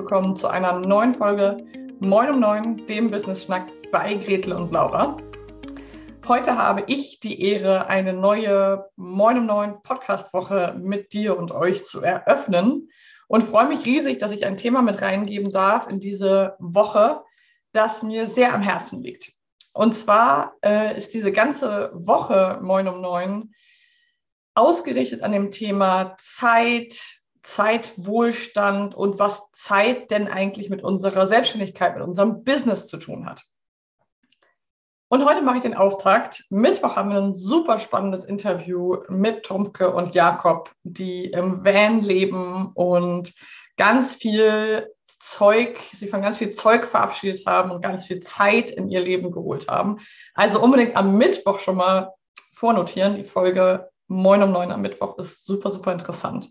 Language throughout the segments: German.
willkommen zu einer neuen Folge Moin um 9, dem Business-Schnack bei Gretel und Laura. Heute habe ich die Ehre, eine neue Moin um 9 Podcast-Woche mit dir und euch zu eröffnen und freue mich riesig, dass ich ein Thema mit reingeben darf in diese Woche, das mir sehr am Herzen liegt. Und zwar ist diese ganze Woche Moin um 9 ausgerichtet an dem Thema Zeit, Zeitwohlstand und was Zeit denn eigentlich mit unserer Selbstständigkeit, mit unserem Business zu tun hat. Und heute mache ich den Auftakt. Mittwoch haben wir ein super spannendes Interview mit Tomke und Jakob, die im Van leben und ganz viel Zeug, sie von ganz viel Zeug verabschiedet haben und ganz viel Zeit in ihr Leben geholt haben. Also unbedingt am Mittwoch schon mal vornotieren. Die Folge Moin um 9 am Mittwoch ist super, super interessant.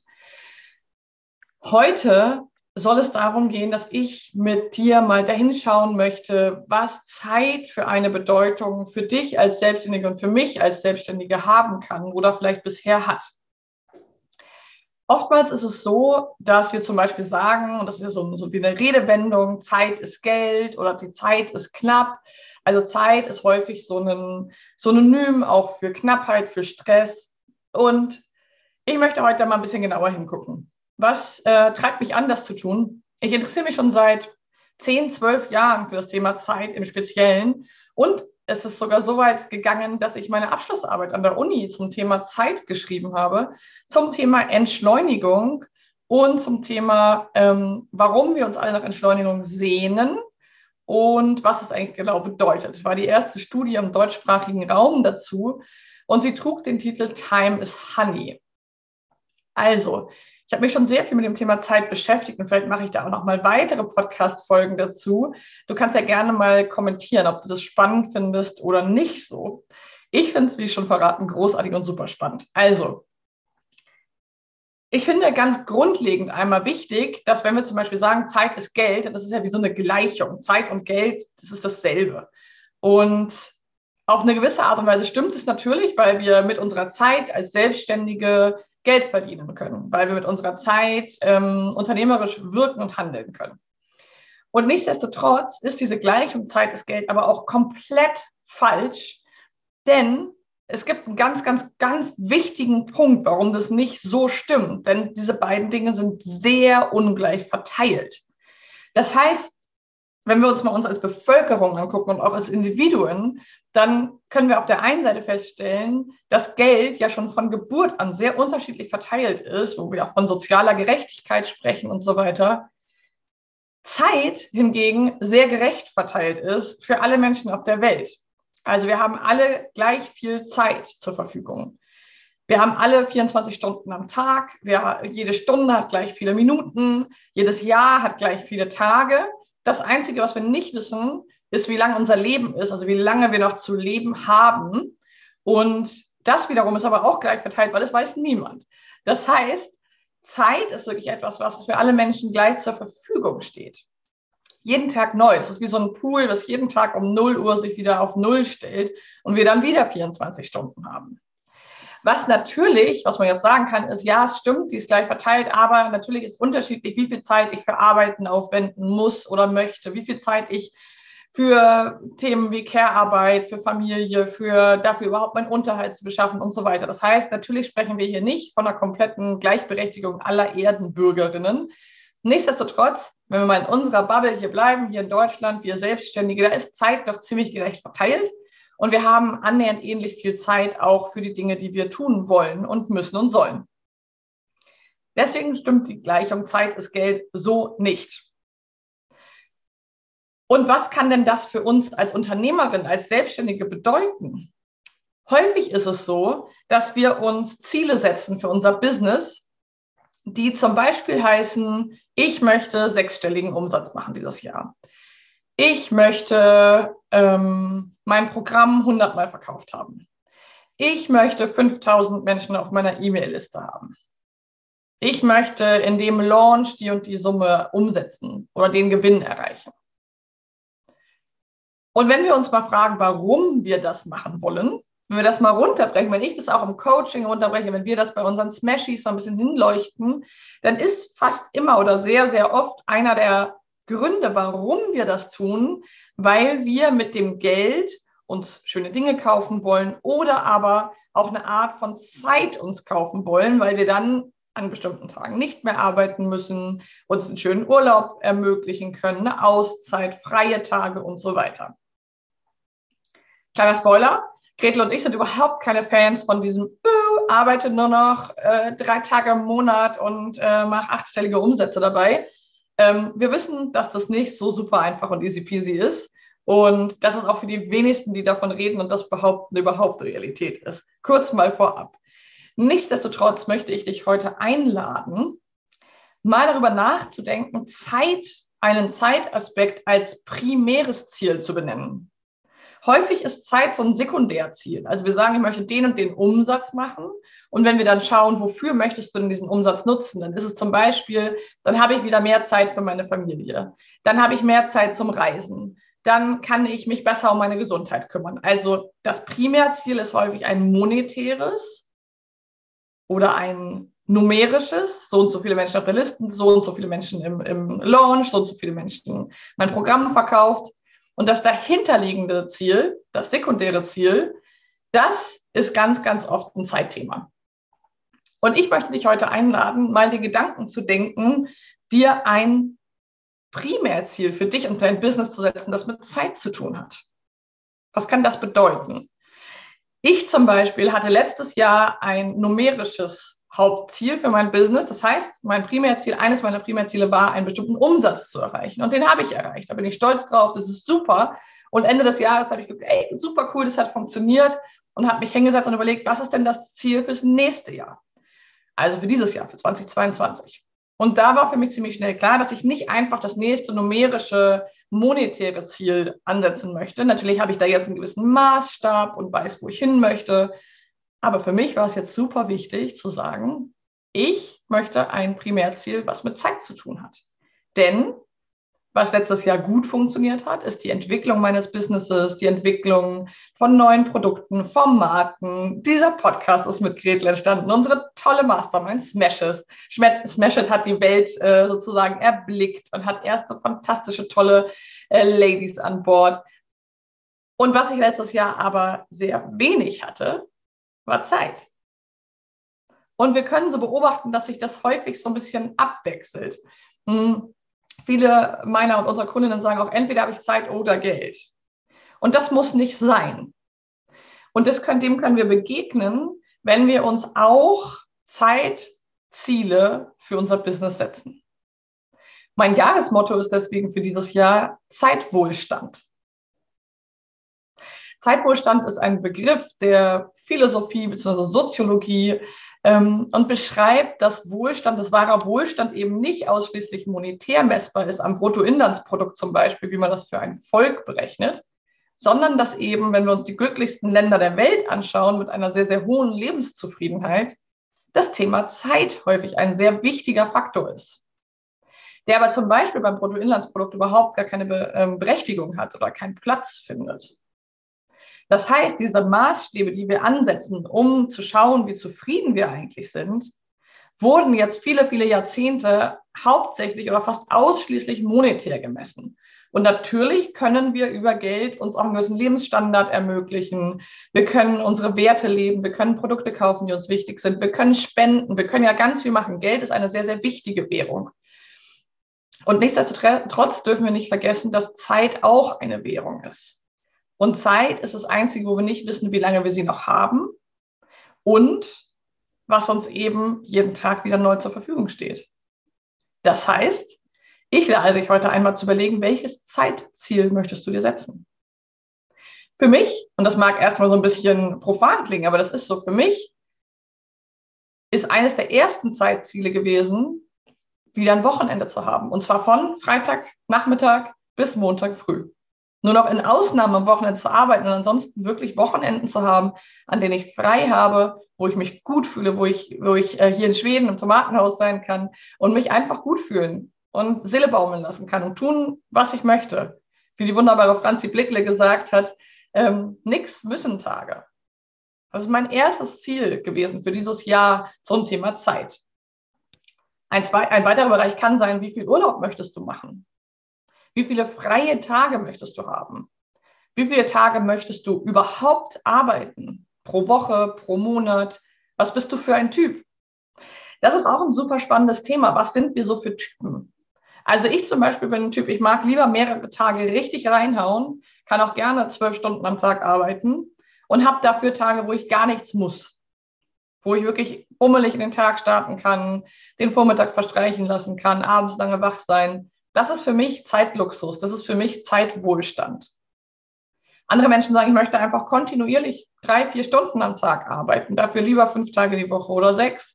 Heute soll es darum gehen, dass ich mit dir mal dahin schauen möchte, was Zeit für eine Bedeutung für dich als Selbstständige und für mich als Selbstständige haben kann oder vielleicht bisher hat. Oftmals ist es so, dass wir zum Beispiel sagen, und das ist ja so wie eine Redewendung, Zeit ist Geld oder die Zeit ist knapp. Also Zeit ist häufig so ein Synonym auch für Knappheit, für Stress. Und ich möchte heute mal ein bisschen genauer hingucken. Was treibt mich an, das zu tun? Ich interessiere mich schon seit 10, 12 Jahren für das Thema Zeit im Speziellen. Und es ist sogar so weit gegangen, dass ich meine Abschlussarbeit an der Uni zum Thema Zeit geschrieben habe, zum Thema Entschleunigung und zum Thema, warum wir uns alle nach Entschleunigung sehnen und was es eigentlich genau bedeutet. War die erste Studie im deutschsprachigen Raum dazu und sie trug den Titel Time is Honey. Also, ich habe mich schon sehr viel mit dem Thema Zeit beschäftigt und vielleicht mache ich da auch noch mal weitere Podcast-Folgen dazu. Du kannst ja gerne mal kommentieren, ob du das spannend findest oder nicht so. Ich finde es, wie schon verraten, großartig und super spannend. Also, ich finde ganz grundlegend einmal wichtig, dass wenn wir zum Beispiel sagen, Zeit ist Geld, das ist ja wie so eine Gleichung. Zeit und Geld, das ist dasselbe. Und auf eine gewisse Art und Weise stimmt es natürlich, weil wir mit unserer Zeit als Selbstständige Geld verdienen können, weil wir mit unserer Zeit unternehmerisch wirken und handeln können. Und nichtsdestotrotz ist diese Gleichung Zeit ist Geld aber auch komplett falsch, denn es gibt einen ganz, ganz, ganz wichtigen Punkt, warum das nicht so stimmt, denn diese beiden Dinge sind sehr ungleich verteilt. Das heißt, wenn wir uns mal als Bevölkerung angucken und auch als Individuen, dann können wir auf der einen Seite feststellen, dass Geld ja schon von Geburt an sehr unterschiedlich verteilt ist, wo wir auch von sozialer Gerechtigkeit sprechen und so weiter. Zeit hingegen sehr gerecht verteilt ist für alle Menschen auf der Welt. Also wir haben alle gleich viel Zeit zur Verfügung. Wir haben alle 24 Stunden am Tag, jede Stunde hat gleich viele Minuten, jedes Jahr hat gleich viele Tage. Das Einzige, was wir nicht wissen, ist, wie lang unser Leben ist, also wie lange wir noch zu leben haben. Und das wiederum ist aber auch gleich verteilt, weil das weiß niemand. Das heißt, Zeit ist wirklich etwas, was für alle Menschen gleich zur Verfügung steht. Jeden Tag neu. Das ist wie so ein Pool, das jeden Tag um 0 Uhr sich wieder auf 0 stellt und wir dann wieder 24 Stunden haben. Was natürlich, was man jetzt sagen kann, ist, ja, es stimmt, die ist gleich verteilt, aber natürlich ist unterschiedlich, wie viel Zeit ich für Arbeiten aufwenden muss oder möchte, wie viel Zeit ich für Themen wie Care-Arbeit, für Familie, dafür überhaupt meinen Unterhalt zu beschaffen und so weiter. Das heißt, natürlich sprechen wir hier nicht von einer kompletten Gleichberechtigung aller Erdenbürgerinnen. Nichtsdestotrotz, wenn wir mal in unserer Bubble hier bleiben, hier in Deutschland, wir Selbstständige, da ist Zeit doch ziemlich gerecht verteilt. Und wir haben annähernd ähnlich viel Zeit auch für die Dinge, die wir tun wollen und müssen und sollen. Deswegen stimmt die Gleichung Zeit ist Geld so nicht. Und was kann denn das für uns als Unternehmerin, als Selbstständige bedeuten? Häufig ist es so, dass wir uns Ziele setzen für unser Business, die zum Beispiel heißen, ich möchte 6-stelligen Umsatz machen dieses Jahr. Ich möchte mein Programm 100-mal verkauft haben. Ich möchte 5000 Menschen auf meiner E-Mail-Liste haben. Ich möchte in dem Launch die und die Summe umsetzen oder den Gewinn erreichen. Und wenn wir uns mal fragen, warum wir das machen wollen, wenn wir das mal runterbrechen, wenn ich das auch im Coaching runterbreche, wenn wir das bei unseren Smashies mal ein bisschen hinleuchten, dann ist fast immer oder sehr, sehr oft einer der Gründe, warum wir das tun, weil wir mit dem Geld uns schöne Dinge kaufen wollen oder aber auch eine Art von Zeit uns kaufen wollen, weil wir dann an bestimmten Tagen nicht mehr arbeiten müssen, uns einen schönen Urlaub ermöglichen können, eine Auszeit, freie Tage und so weiter. Kleiner Spoiler, Gretel und ich sind überhaupt keine Fans von diesem arbeite nur noch 3 Tage im Monat und mach 8-stellige Umsätze dabei. Wir wissen, dass das nicht so super einfach und easy peasy ist. Und das ist auch für die wenigsten, die davon reden und das behaupten, überhaupt Realität ist. Kurz mal vorab. Nichtsdestotrotz möchte ich dich heute einladen, mal darüber nachzudenken, einen Zeitaspekt als primäres Ziel zu benennen. Häufig ist Zeit so ein Sekundärziel. Also wir sagen, ich möchte den und den Umsatz machen. Und wenn wir dann schauen, wofür möchtest du denn diesen Umsatz nutzen, dann ist es zum Beispiel, dann habe ich wieder mehr Zeit für meine Familie. Dann habe ich mehr Zeit zum Reisen. Dann kann ich mich besser um meine Gesundheit kümmern. Also das Primärziel ist häufig ein monetäres oder ein numerisches, so und so viele Menschen auf der Liste, so und so viele Menschen im Launch, so und so viele Menschen mein Programm verkauft. Und das dahinterliegende Ziel, das sekundäre Ziel, das ist ganz, ganz oft ein Zeitthema. Und ich möchte dich heute einladen, mal die Gedanken zu denken, dir ein Primärziel für dich und dein Business zu setzen, das mit Zeit zu tun hat. Was kann das bedeuten? Ich zum Beispiel hatte letztes Jahr ein numerisches Hauptziel für mein Business. Das heißt, eines meiner Primärziele war, einen bestimmten Umsatz zu erreichen. Und den habe ich erreicht. Da bin ich stolz drauf. Das ist super. Und Ende des Jahres habe ich gedacht, ey, super cool, das hat funktioniert. Und habe mich hingesetzt und überlegt, was ist denn das Ziel fürs nächste Jahr? Also für dieses Jahr, für 2022. Und da war für mich ziemlich schnell klar, dass ich nicht einfach das nächste numerische, monetäre Ziel ansetzen möchte. Natürlich habe ich da jetzt einen gewissen Maßstab und weiß, wo ich hin möchte. Aber für mich war es jetzt super wichtig zu sagen, ich möchte ein Primärziel, was mit Zeit zu tun hat. Denn was letztes Jahr gut funktioniert hat, ist die Entwicklung meines Businesses, die Entwicklung von neuen Produkten, Formaten. Dieser Podcast ist mit Gretel entstanden. Unsere tolle Mastermind Smashes. Smashed hat die Welt sozusagen erblickt und hat erste fantastische, tolle Ladies an Bord. Und was ich letztes Jahr aber sehr wenig hatte, war Zeit. Und wir können so beobachten, dass sich das häufig so ein bisschen abwechselt. Viele meiner und unserer Kundinnen sagen auch, entweder habe ich Zeit oder Geld. Und das muss nicht sein. Und dem können wir begegnen, wenn wir uns auch Zeitziele für unser Business setzen. Mein Jahresmotto ist deswegen für dieses Jahr Zeitwohlstand. Zeitwohlstand ist ein Begriff der Philosophie bzw. Soziologie und beschreibt, dass wahrer Wohlstand eben nicht ausschließlich monetär messbar ist, am Bruttoinlandsprodukt zum Beispiel, wie man das für ein Volk berechnet, sondern dass eben, wenn wir uns die glücklichsten Länder der Welt anschauen, mit einer sehr, sehr hohen Lebenszufriedenheit, das Thema Zeit häufig ein sehr wichtiger Faktor ist, der aber zum Beispiel beim Bruttoinlandsprodukt überhaupt gar keine Berechtigung hat oder keinen Platz findet. Das heißt, diese Maßstäbe, die wir ansetzen, um zu schauen, wie zufrieden wir eigentlich sind, wurden jetzt viele, viele Jahrzehnte hauptsächlich oder fast ausschließlich monetär gemessen. Und natürlich können wir über Geld uns auch einen gewissen Lebensstandard ermöglichen. Wir können unsere Werte leben, wir können Produkte kaufen, die uns wichtig sind, wir können spenden, wir können ja ganz viel machen. Geld ist eine sehr, sehr wichtige Währung. Und nichtsdestotrotz dürfen wir nicht vergessen, dass Zeit auch eine Währung ist. Und Zeit ist das Einzige, wo wir nicht wissen, wie lange wir sie noch haben und was uns eben jeden Tag wieder neu zur Verfügung steht. Das heißt, ich lade dich heute einmal zu überlegen, welches Zeitziel möchtest du dir setzen? Für mich, und das mag erstmal so ein bisschen profan klingen, aber das ist so, für mich ist eines der ersten Zeitziele gewesen, wieder ein Wochenende zu haben. Und zwar von Freitagnachmittag bis Montag früh. Nur noch in Ausnahmen am Wochenende zu arbeiten und ansonsten wirklich Wochenenden zu haben, an denen ich frei habe, wo ich mich gut fühle, wo ich hier in Schweden im Tomatenhaus sein kann und mich einfach gut fühlen und Seele baumeln lassen kann und tun, was ich möchte. Wie die wunderbare Franzi Blickle gesagt hat, nix müssen Tage. Das ist mein erstes Ziel gewesen für dieses Jahr zum Thema Zeit. Ein weiterer Bereich kann sein, wie viel Urlaub möchtest du machen? Wie viele freie Tage möchtest du haben? Wie viele Tage möchtest du überhaupt arbeiten? Pro Woche, pro Monat? Was bist du für ein Typ? Das ist auch ein super spannendes Thema. Was sind wir so für Typen? Also ich zum Beispiel bin ein Typ, ich mag lieber mehrere Tage richtig reinhauen, kann auch gerne 12 Stunden am Tag arbeiten und habe dafür Tage, wo ich gar nichts muss, wo ich wirklich bummelig in den Tag starten kann, den Vormittag verstreichen lassen kann, abends lange wach sein. Das ist für mich Zeitluxus, das ist für mich Zeitwohlstand. Andere Menschen sagen, ich möchte einfach kontinuierlich 3, 4 Stunden am Tag arbeiten, dafür lieber 5 Tage die Woche oder 6.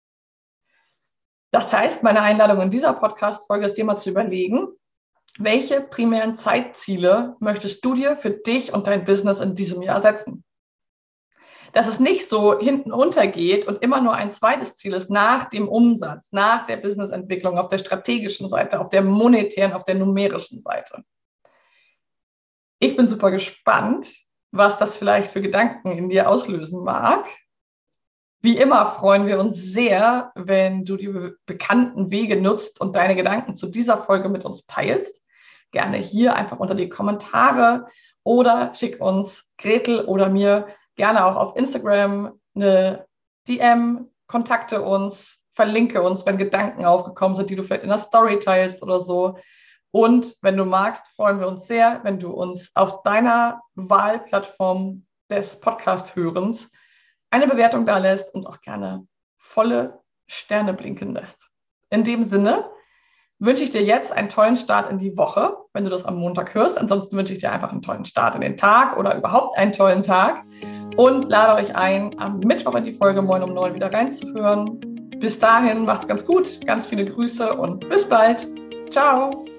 Das heißt, meine Einladung in dieser Podcast-Folge ist dir mal zu überlegen, welche primären Zeitziele möchtest du dir für dich und dein Business in diesem Jahr setzen? Dass es nicht so hinten untergeht und immer nur ein zweites Ziel ist nach dem Umsatz, nach der Businessentwicklung auf der strategischen Seite, auf der monetären, auf der numerischen Seite. Ich bin super gespannt, was das vielleicht für Gedanken in dir auslösen mag. Wie immer freuen wir uns sehr, wenn du die bekannten Wege nutzt und deine Gedanken zu dieser Folge mit uns teilst. Gerne hier einfach unter die Kommentare oder schick uns, Gretel oder mir, gerne auch auf Instagram eine DM, kontakte uns, verlinke uns, wenn Gedanken aufgekommen sind, die du vielleicht in der Story teilst oder so. Und wenn du magst, freuen wir uns sehr, wenn du uns auf deiner Wahlplattform des Podcast-Hörens eine Bewertung da lässt und auch gerne volle Sterne blinken lässt. In dem Sinne wünsche ich dir jetzt einen tollen Start in die Woche, wenn du das am Montag hörst. Ansonsten wünsche ich dir einfach einen tollen Start in den Tag oder überhaupt einen tollen Tag und lade euch ein, am Mittwoch in die Folge Moin um 9 wieder reinzuhören. Bis dahin, macht's ganz gut, ganz viele Grüße und bis bald. Ciao.